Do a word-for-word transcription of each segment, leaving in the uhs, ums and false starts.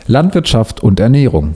Landwirtschaft und Ernährung.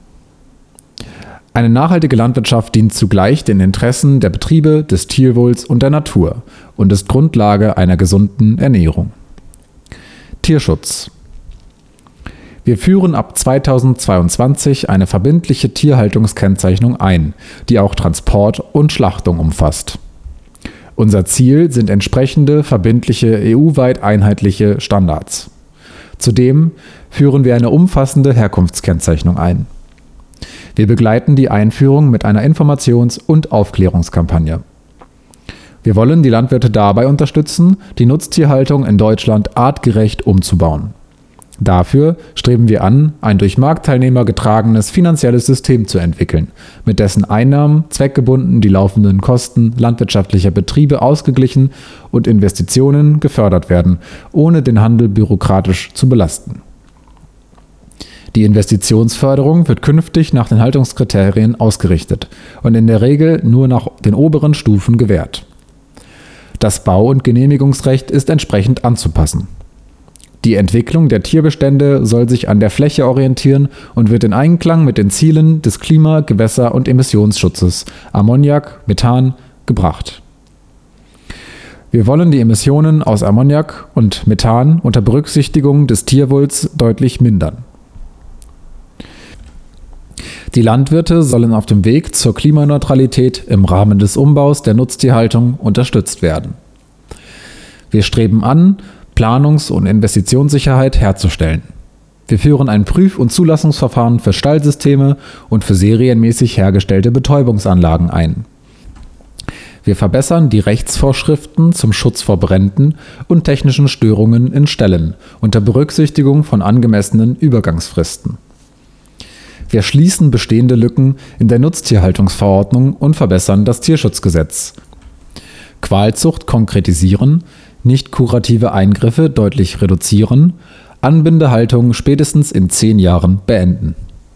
Eine nachhaltige Landwirtschaft dient zugleich den Interessen der Betriebe, des Tierwohls und der Natur und ist Grundlage einer gesunden Ernährung. Tierschutz. Wir führen ab zweitausendzweiundzwanzig eine verbindliche Tierhaltungskennzeichnung ein, die auch Transport und Schlachtung umfasst. Unser Ziel sind entsprechende verbindliche E U-weit einheitliche Standards. Zudem führen wir eine umfassende Herkunftskennzeichnung ein. Wir begleiten die Einführung mit einer Informations- und Aufklärungskampagne. Wir wollen die Landwirte dabei unterstützen, die Nutztierhaltung in Deutschland artgerecht umzubauen. Dafür streben wir an, ein durch Marktteilnehmer getragenes finanzielles System zu entwickeln, mit dessen Einnahmen zweckgebunden die laufenden Kosten landwirtschaftlicher Betriebe ausgeglichen und Investitionen gefördert werden, ohne den Handel bürokratisch zu belasten. Die Investitionsförderung wird künftig nach den Haltungskriterien ausgerichtet und in der Regel nur nach den oberen Stufen gewährt. Das Bau- und Genehmigungsrecht ist entsprechend anzupassen. Die Entwicklung der Tierbestände soll sich an der Fläche orientieren und wird in Einklang mit den Zielen des Klima-, Gewässer- und Emissionsschutzes Ammoniak, Methan gebracht. Wir wollen die Emissionen aus Ammoniak und Methan unter Berücksichtigung des Tierwohls deutlich mindern. Die Landwirte sollen auf dem Weg zur Klimaneutralität im Rahmen des Umbaus der Nutztierhaltung unterstützt werden. Wir streben an, Planungs- und Investitionssicherheit herzustellen. Wir führen ein Prüf- und Zulassungsverfahren für Stallsysteme und für serienmäßig hergestellte Betäubungsanlagen ein. Wir verbessern die Rechtsvorschriften zum Schutz vor Bränden und technischen Störungen in Ställen unter Berücksichtigung von angemessenen Übergangsfristen. Wir schließen bestehende Lücken in der Nutztierhaltungsverordnung und verbessern das Tierschutzgesetz. Qualzucht konkretisieren, nicht kurative Eingriffe deutlich reduzieren, Anbindehaltung spätestens in zehn Jahren beenden.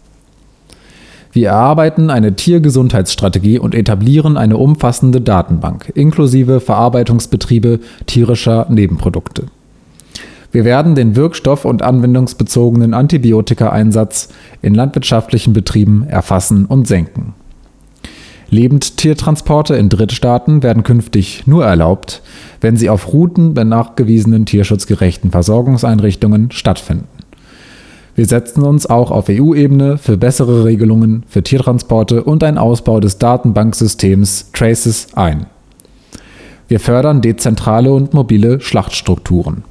Wir erarbeiten eine Tiergesundheitsstrategie und etablieren eine umfassende Datenbank inklusive Verarbeitungsbetriebe tierischer Nebenprodukte. Wir werden den wirkstoff- und anwendungsbezogenen Antibiotikaeinsatz in landwirtschaftlichen Betrieben erfassen und senken. Lebendtiertransporte in Drittstaaten werden künftig nur erlaubt, wenn sie auf Routen bei nachgewiesenen tierschutzgerechten Versorgungseinrichtungen stattfinden. Wir setzen uns auch auf E U-Ebene für bessere Regelungen für Tiertransporte und einen Ausbau des Datenbanksystems Traces ein. Wir fördern dezentrale und mobile Schlachtstrukturen.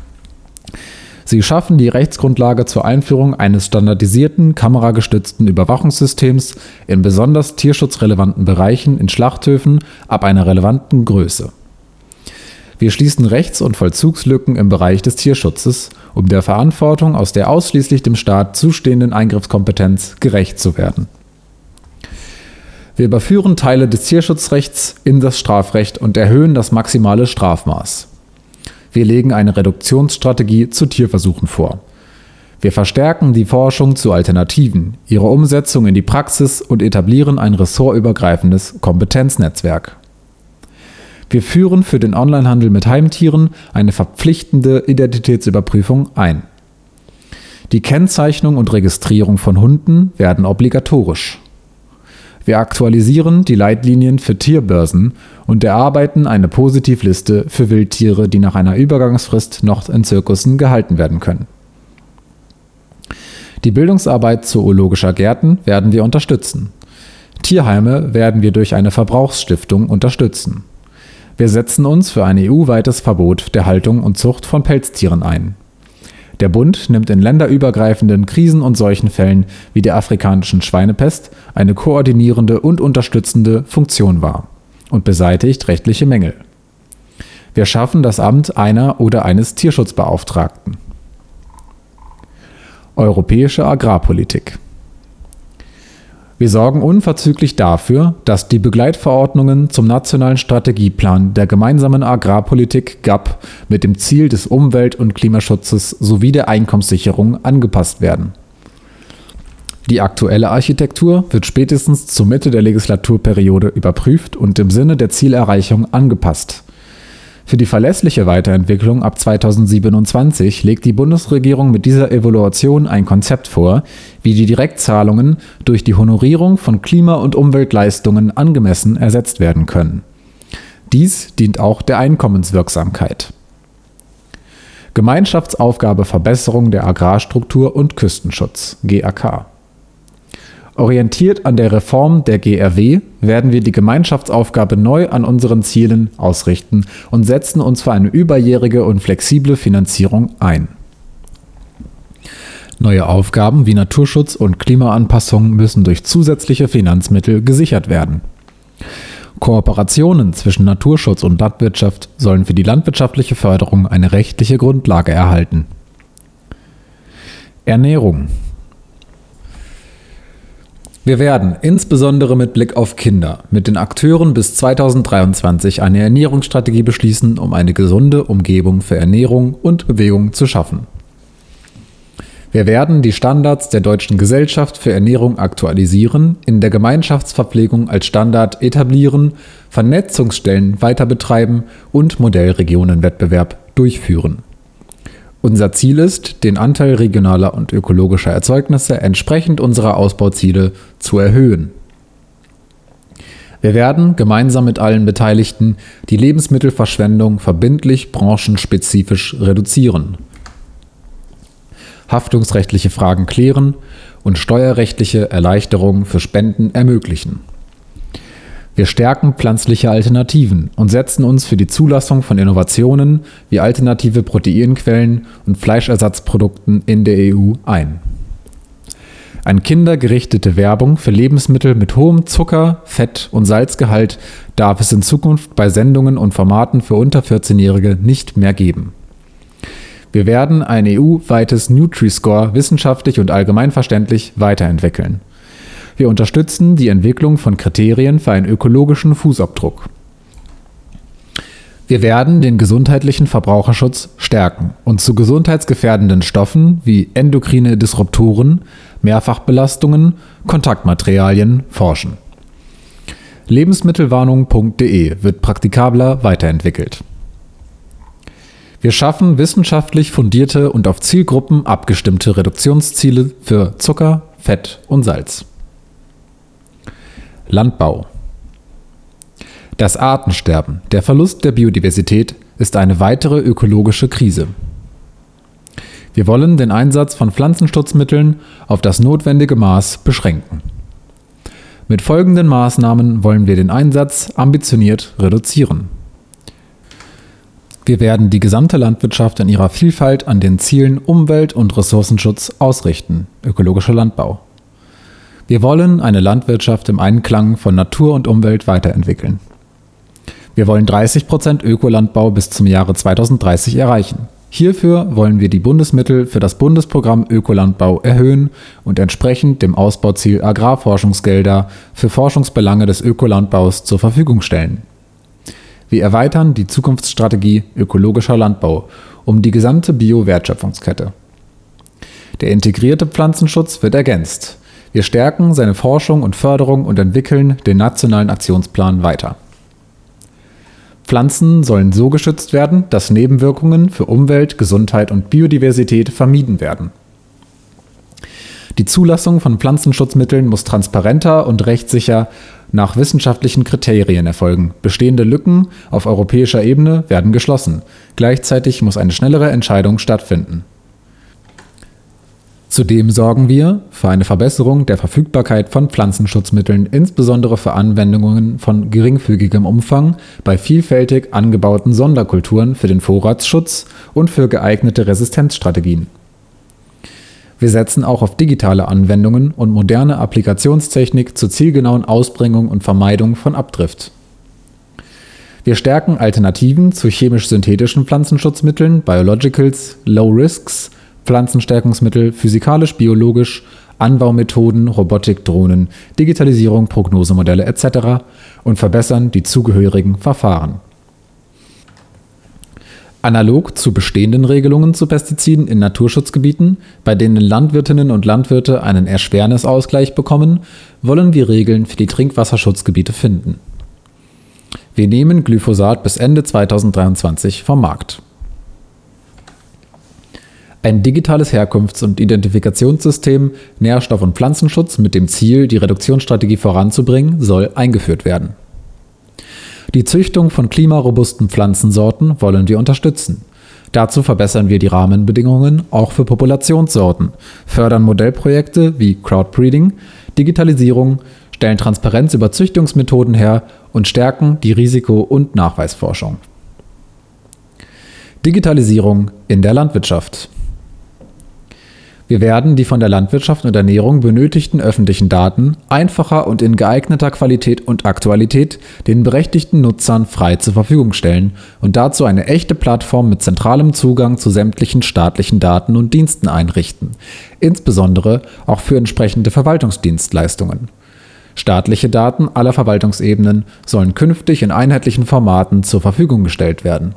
Sie schaffen die Rechtsgrundlage zur Einführung eines standardisierten, kameragestützten Überwachungssystems in besonders tierschutzrelevanten Bereichen in Schlachthöfen ab einer relevanten Größe. Wir schließen Rechts- und Vollzugslücken im Bereich des Tierschutzes, um der Verantwortung aus der ausschließlich dem Staat zustehenden Eingriffskompetenz gerecht zu werden. Wir überführen Teile des Tierschutzrechts in das Strafrecht und erhöhen das maximale Strafmaß. Wir legen eine Reduktionsstrategie zu Tierversuchen vor. Wir verstärken die Forschung zu Alternativen, ihre Umsetzung in die Praxis und etablieren ein ressortübergreifendes Kompetenznetzwerk. Wir führen für den Onlinehandel mit Heimtieren eine verpflichtende Identitätsüberprüfung ein. Die Kennzeichnung und Registrierung von Hunden werden obligatorisch. Wir aktualisieren die Leitlinien für Tierbörsen und erarbeiten eine Positivliste für Wildtiere, die nach einer Übergangsfrist noch in Zirkussen gehalten werden können. Die Bildungsarbeit zoologischer Gärten werden wir unterstützen. Tierheime werden wir durch eine Verbrauchsstiftung unterstützen. Wir setzen uns für ein E U-weites Verbot der Haltung und Zucht von Pelztieren ein. Der Bund nimmt in länderübergreifenden Krisen- und Seuchenfällen wie der afrikanischen Schweinepest eine koordinierende und unterstützende Funktion wahr und beseitigt rechtliche Mängel. Wir schaffen das Amt einer oder eines Tierschutzbeauftragten. Europäische Agrarpolitik. Wir sorgen unverzüglich dafür, dass die Begleitverordnungen zum nationalen Strategieplan der gemeinsamen Agrarpolitik G A P mit dem Ziel des Umwelt- und Klimaschutzes sowie der Einkommenssicherung angepasst werden. Die aktuelle Architektur wird spätestens zur Mitte der Legislaturperiode überprüft und im Sinne der Zielerreichung angepasst. Für die verlässliche Weiterentwicklung ab zweitausendsiebenundzwanzig legt die Bundesregierung mit dieser Evaluation ein Konzept vor, wie die Direktzahlungen durch die Honorierung von Klima- und Umweltleistungen angemessen ersetzt werden können. Dies dient auch der Einkommenswirksamkeit. Gemeinschaftsaufgabe Verbesserung der Agrarstruktur und Küstenschutz (G A K). Orientiert an der Reform der G R W werden wir die Gemeinschaftsaufgabe neu an unseren Zielen ausrichten und setzen uns für eine überjährige und flexible Finanzierung ein. Neue Aufgaben wie Naturschutz und Klimaanpassung müssen durch zusätzliche Finanzmittel gesichert werden. Kooperationen zwischen Naturschutz und Landwirtschaft sollen für die landwirtschaftliche Förderung eine rechtliche Grundlage erhalten. Ernährung. Wir werden, insbesondere mit Blick auf Kinder, mit den Akteuren bis zweitausenddreiundzwanzig eine Ernährungsstrategie beschließen, um eine gesunde Umgebung für Ernährung und Bewegung zu schaffen. Wir werden die Standards der Deutschen Gesellschaft für Ernährung aktualisieren, in der Gemeinschaftsverpflegung als Standard etablieren, Vernetzungsstellen weiter betreiben und Modellregionenwettbewerb durchführen. Unser Ziel ist, den Anteil regionaler und ökologischer Erzeugnisse entsprechend unserer Ausbauziele zu erhöhen. Wir werden gemeinsam mit allen Beteiligten die Lebensmittelverschwendung verbindlich branchenspezifisch reduzieren, haftungsrechtliche Fragen klären und steuerrechtliche Erleichterungen für Spenden ermöglichen. Wir stärken pflanzliche Alternativen und setzen uns für die Zulassung von Innovationen wie alternative Proteinquellen und Fleischersatzprodukten in der E U ein. An kindergerichtete Werbung für Lebensmittel mit hohem Zucker-, Fett- und Salzgehalt darf es in Zukunft bei Sendungen und Formaten für unter vierzehnjährige nicht mehr geben. Wir werden ein E U-weites Nutri-Score wissenschaftlich und allgemeinverständlich weiterentwickeln. Wir unterstützen die Entwicklung von Kriterien für einen ökologischen Fußabdruck. Wir werden den gesundheitlichen Verbraucherschutz stärken und zu gesundheitsgefährdenden Stoffen wie endokrine Disruptoren, Mehrfachbelastungen, Kontaktmaterialien forschen. Lebensmittelwarnung punkt de wird praktikabler weiterentwickelt. Wir schaffen wissenschaftlich fundierte und auf Zielgruppen abgestimmte Reduktionsziele für Zucker, Fett und Salz. Landbau. Das Artensterben, der Verlust der Biodiversität, ist eine weitere ökologische Krise. Wir wollen den Einsatz von Pflanzenschutzmitteln auf das notwendige Maß beschränken. Mit folgenden Maßnahmen wollen wir den Einsatz ambitioniert reduzieren. Wir werden die gesamte Landwirtschaft in ihrer Vielfalt an den Zielen Umwelt- und Ressourcenschutz ausrichten, ökologischer Landbau. Wir wollen eine Landwirtschaft im Einklang von Natur und Umwelt weiterentwickeln. Wir wollen dreißig Prozent Ökolandbau bis zum Jahre zweitausenddreißig erreichen. Hierfür wollen wir die Bundesmittel für das Bundesprogramm Ökolandbau erhöhen und entsprechend dem Ausbauziel Agrarforschungsgelder für Forschungsbelange des Ökolandbaus zur Verfügung stellen. Wir erweitern die Zukunftsstrategie ökologischer Landbau um die gesamte Bio-Wertschöpfungskette. Der integrierte Pflanzenschutz wird ergänzt. Wir stärken seine Forschung und Förderung und entwickeln den nationalen Aktionsplan weiter. Pflanzen sollen so geschützt werden, dass Nebenwirkungen für Umwelt, Gesundheit und Biodiversität vermieden werden. Die Zulassung von Pflanzenschutzmitteln muss transparenter und rechtssicher nach wissenschaftlichen Kriterien erfolgen. Bestehende Lücken auf europäischer Ebene werden geschlossen. Gleichzeitig muss eine schnellere Entscheidung stattfinden. Zudem sorgen wir für eine Verbesserung der Verfügbarkeit von Pflanzenschutzmitteln, insbesondere für Anwendungen von geringfügigem Umfang bei vielfältig angebauten Sonderkulturen für den Vorratsschutz und für geeignete Resistenzstrategien. Wir setzen auch auf digitale Anwendungen und moderne Applikationstechnik zur zielgenauen Ausbringung und Vermeidung von Abdrift. Wir stärken Alternativen zu chemisch-synthetischen Pflanzenschutzmitteln, Biologicals, Low Risks, Pflanzenstärkungsmittel, physikalisch-biologisch, Anbaumethoden, Robotik, Drohnen, Digitalisierung, Prognosemodelle et cetera und verbessern die zugehörigen Verfahren. Analog zu bestehenden Regelungen zu Pestiziden in Naturschutzgebieten, bei denen Landwirtinnen und Landwirte einen Erschwernisausgleich bekommen, wollen wir Regeln für die Trinkwasserschutzgebiete finden. Wir nehmen Glyphosat bis Ende zweitausenddreiundzwanzig vom Markt. Ein digitales Herkunfts- und Identifikationssystem Nährstoff- und Pflanzenschutz mit dem Ziel, die Reduktionsstrategie voranzubringen, soll eingeführt werden. Die Züchtung von klimarobusten Pflanzensorten wollen wir unterstützen. Dazu verbessern wir die Rahmenbedingungen auch für Populationssorten, fördern Modellprojekte wie Crowdbreeding, Digitalisierung, stellen Transparenz über Züchtungsmethoden her und stärken die Risiko- und Nachweisforschung. Digitalisierung in der Landwirtschaft. Wir werden die von der Landwirtschaft und Ernährung benötigten öffentlichen Daten einfacher und in geeigneter Qualität und Aktualität den berechtigten Nutzern frei zur Verfügung stellen und dazu eine echte Plattform mit zentralem Zugang zu sämtlichen staatlichen Daten und Diensten einrichten, insbesondere auch für entsprechende Verwaltungsdienstleistungen. Staatliche Daten aller Verwaltungsebenen sollen künftig in einheitlichen Formaten zur Verfügung gestellt werden.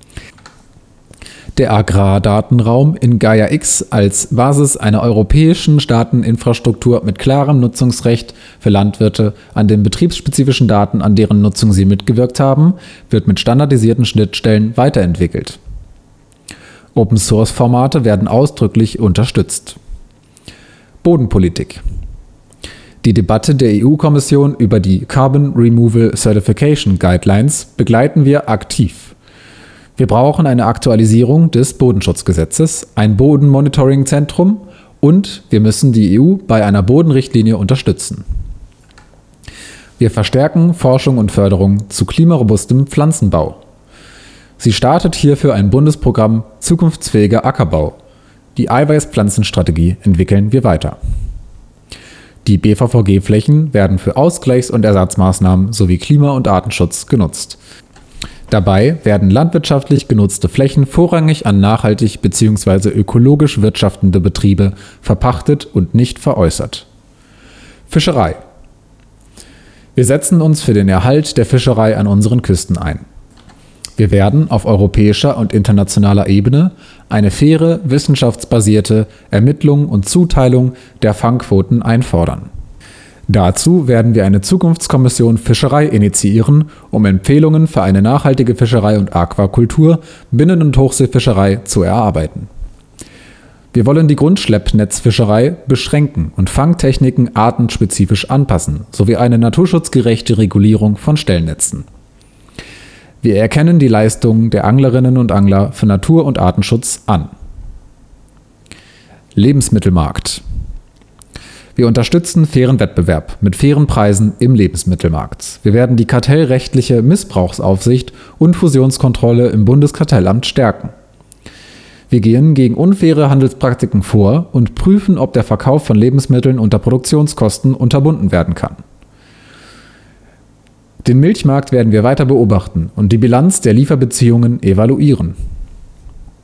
Der Agrardatenraum in Gaia-X als Basis einer europäischen Dateninfrastruktur mit klarem Nutzungsrecht für Landwirte an den betriebsspezifischen Daten, an deren Nutzung sie mitgewirkt haben, wird mit standardisierten Schnittstellen weiterentwickelt. Open-Source-Formate werden ausdrücklich unterstützt. Bodenpolitik. Die Debatte der E U-Kommission über die Carbon Removal Certification Guidelines begleiten wir aktiv. Wir brauchen eine Aktualisierung des Bodenschutzgesetzes, ein Bodenmonitoring-Zentrum und wir müssen die E U bei einer Bodenrichtlinie unterstützen. Wir verstärken Forschung und Förderung zu klimarobustem Pflanzenbau. Sie startet hierfür ein Bundesprogramm Zukunftsfähiger Ackerbau. Die Eiweißpflanzenstrategie entwickeln wir weiter. Die B V V G-Flächen werden für Ausgleichs- und Ersatzmaßnahmen sowie Klima- und Artenschutz genutzt. Dabei werden landwirtschaftlich genutzte Flächen vorrangig an nachhaltig bzw. ökologisch wirtschaftende Betriebe verpachtet und nicht veräußert. Fischerei. Wir setzen uns für den Erhalt der Fischerei an unseren Küsten ein. Wir werden auf europäischer und internationaler Ebene eine faire, wissenschaftsbasierte Ermittlung und Zuteilung der Fangquoten einfordern. Dazu werden wir eine Zukunftskommission Fischerei initiieren, um Empfehlungen für eine nachhaltige Fischerei und Aquakultur, Binnen- und Hochseefischerei zu erarbeiten. Wir wollen die Grundschleppnetzfischerei beschränken und Fangtechniken artenspezifisch anpassen, sowie eine naturschutzgerechte Regulierung von Stellnetzen. Wir erkennen die Leistungen der Anglerinnen und Angler für Natur- und Artenschutz an. Lebensmittelmarkt. Wir unterstützen fairen Wettbewerb mit fairen Preisen im Lebensmittelmarkt. Wir werden die kartellrechtliche Missbrauchsaufsicht und Fusionskontrolle im Bundeskartellamt stärken. Wir gehen gegen unfaire Handelspraktiken vor und prüfen, ob der Verkauf von Lebensmitteln unter Produktionskosten unterbunden werden kann. Den Milchmarkt werden wir weiter beobachten und die Bilanz der Lieferbeziehungen evaluieren.